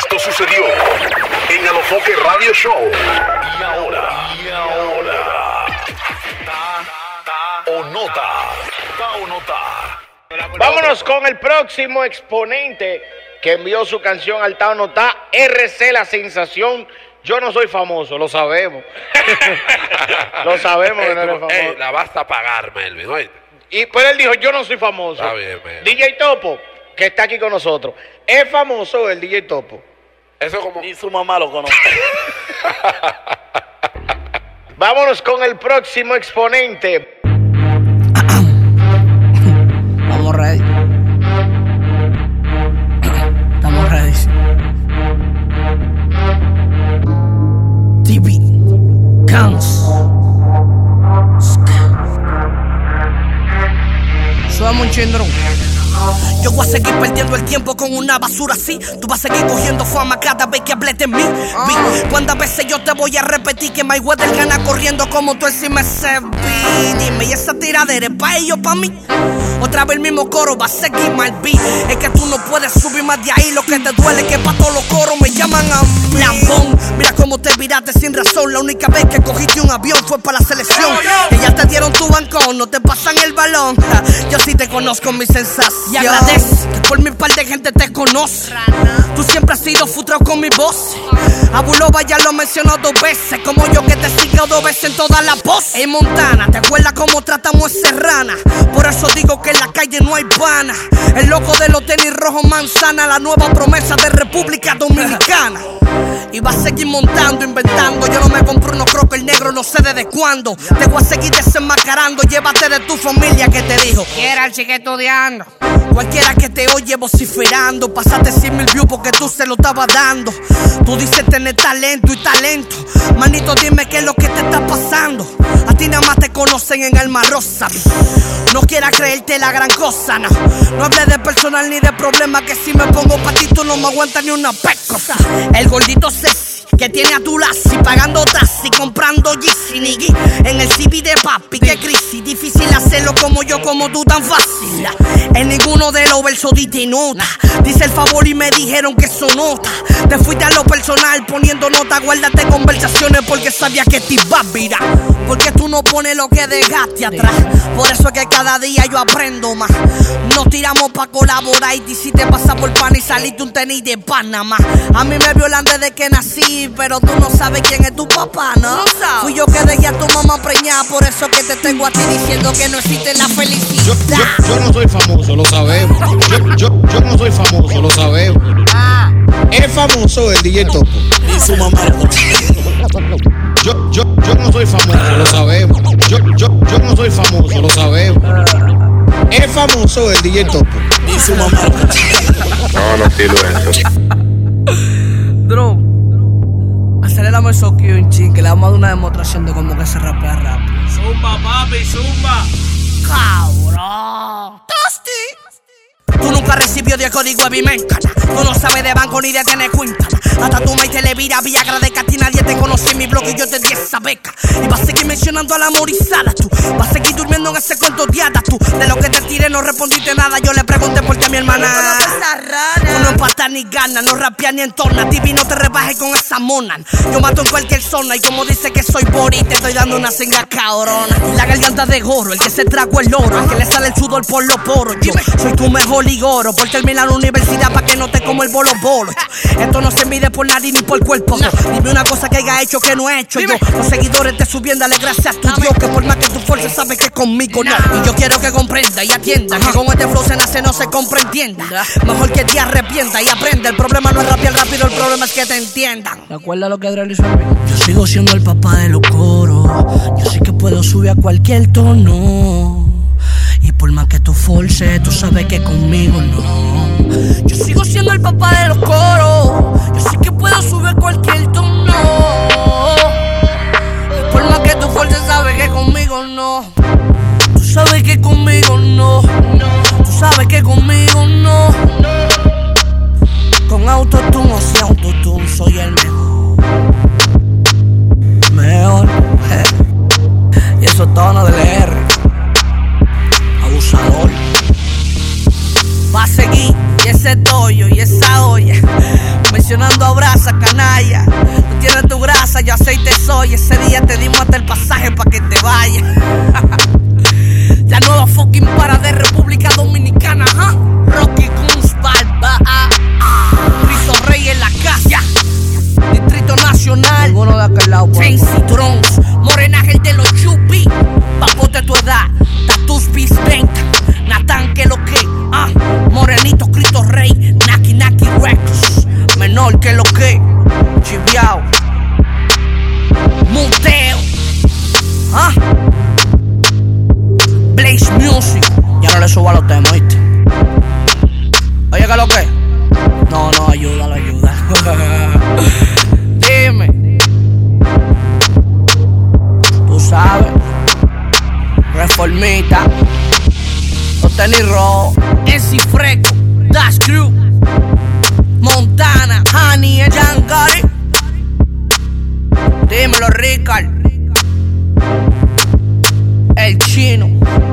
Esto sucedió en Alofoque Radio Show. Y ahora. ¿Ta o nota? Vámonos con el próximo exponente que envió su canción al Ta o no Ta, RC La Sensación. Yo no soy famoso, lo sabemos. Lo sabemos que no eres famoso. La vas a pagar, Melvin, ¿no? Pero él dijo, yo no soy famoso. Está bien, Melvin. DJ Topo, que está aquí con nosotros, ¿es famoso el DJ Topo? Eso como... Ni su mamá lo conoce. Vámonos con el próximo exponente. Estamos ready. Estamos ready. TV Guns. Suena un chindrón. Yo voy a seguir perdiendo el tiempo con una basura así. Tú vas a seguir cogiendo fama cada vez que hables de mí. ¿Cuántas veces yo te voy a repetir que Mayweather gana corriendo como tú encima ese beat? Dime, ¿y esa tiradera es pa' ellos, pa' mí? Otra vez el mismo coro va a seguir mal beat. Es que tú no puedes subir más de ahí. Lo que te duele es que pa' todos los coros me llaman a mí. Lambón, mira cómo te viraste sin razón. La única vez que cogiste un avión fue para la selección. Que ya te dieron tu bancón, no te pasan el balón. Yo sí te conozco mi sensación. Y agradezco que por mi par de gente te conoce. Tú siempre has sido frustrado con mi voz. Abulova ya lo mencionó 2 veces. Como yo que te sigo 2 veces en todas las voces. Ey Montana, ¿te acuerdas cómo tratamos esa rana? Por eso digo que en la calle no hay pana. El loco de los tenis rojos manzana, la nueva promesa de República Dominicana. Y va a seguir montando, inventando. Yo no me compro unos crocos, el negro no sé desde cuándo. Te voy a seguir desenmascarando. Llévate de tu familia que te dijo que era el chique estudiando. Cualquiera que te oye vociferando. Pasaste 100,000 views porque tú se lo estabas dando. Tú dices tener talento y talento. Manito, dime qué es lo que te está pasando. A ti nada más te conocen en Alma Rosa. No quieras creerte la gran cosa, no. No hables de personal ni de problema, que si me pongo pa' ti tú no me aguantas ni una pescosa. El gordito Ceci que tiene a tu Lassi pagando taxi, comprando Yeezy Niggy en el CB de papi. Qué crisis, difícil hacerlo como yo, como tú, tan fácil. En ninguno de los versos diste nota. Dice el favor y me dijeron que eso nota. Te fuiste a lo personal poniendo nota. Guárdate conversaciones porque sabía que te iba a virar. Porque tú no pones lo que dejaste atrás. Por eso es que cada día yo aprendo más. Nos tiramos pa' colaborar y si te pasa por pan y saliste un tenis de Panamá. A mí me violan desde que nací, pero tú no sabes quién es tu papá, ¿no? Fui yo que dejé a tu mamá preñada, por eso que te tengo a ti diciendo que no existe la felicidad. Yo no soy famoso, lo sabemos. Yo no soy famoso, lo sabemos. Es famoso el DJ Topo. Ni su mamá lo conoce. Yo no soy famoso, lo sabemos. Yo no soy famoso, lo sabemos. Es famoso el DJ Topo. Ni su mamá lo conoce. No tiro eso. Drum, acelérame el soquillo un chin, que le vamos a dar una demostración de cómo que se rapea rápido. Zumba, papi, zumba. Cabrón. Tú nunca recibió de código de Vimencana. Tú no sabes de banco ni de tener cuenta. Hasta tu maíz te le vira Viagra de que a ti nadie te conoce en mi blog y yo te di esa beca. Y vas a seguir mencionando a la morizada tú. Vas a seguir durmiendo en ese cuento de hadas tú. De lo que te tiré no respondiste nada. Yo le pregunté por qué mi hermana. Tú no empatas ni ganas, no rapeas ni entornas. TV no te rebajes con esa mona. Yo mato en cualquier zona y como dice que soy Boris, te estoy dando una singa cabrona. La garganta de goro, el que se tragó el oro, el que le sale el sudor por los poros. Yo soy tu mejor ligoro por terminar la universidad pa' que no te como el bolo bolo. Esto no se mide por nadie ni por cuerpo. Dime una cosa que haya hecho que no he hecho yo. Los seguidores te subían, dale gracias a tu Dios, que por más que tu fuerza sabes que conmigo no. Y yo quiero que comprenda y atienda que con este flow se nace, no se comprentienda. Mejor que te arrepienta y aprenda. El problema no es rapear rápido, el problema es que te entiendan. ¿Te acuerdas lo que Adrián hizo? Yo sigo siendo el papá de los coros. Yo sé que puedo subir a cualquier tono. Y por más que tú forces, tú sabes que conmigo no. Yo sigo siendo el papá de los coros. Yo sé que puedo subir cualquier tono. Y por más que tú forces, sabes que conmigo no. Tú sabes que conmigo no. Tú sabes que conmigo no. Con autotune o sin autotune soy el mejor. Mejor. Y esos tonos del R. Abusador. Va a seguir y ese tollo y esa olla mencionando ya te dimos hasta el pasaje pa' que te vayas. La nueva fucking para de República Dominicana, ¿ah? Rocky Guns Barba, Cristo Rey en la casa, Distrito Nacional, ninguno de aquel lado, Tracy Drones, Morenaje de los Chupi, papos de tu edad, Tatus Peace Bank, Natán que lo que, Morenito Cristo Rey, Naki Naki Records, menor que lo que, Chiviao, Muteo, Blaze Music. Ya no le subo a los temas, ¿viste? Oye, ¿qué es lo que? No, ayuda. Dime. Tú sabes. Reformita. Los tenis rojos. Esi Freco. Dash Crew. Montana. Honey and John Gotti. Dímelo, Ricard. El Chino.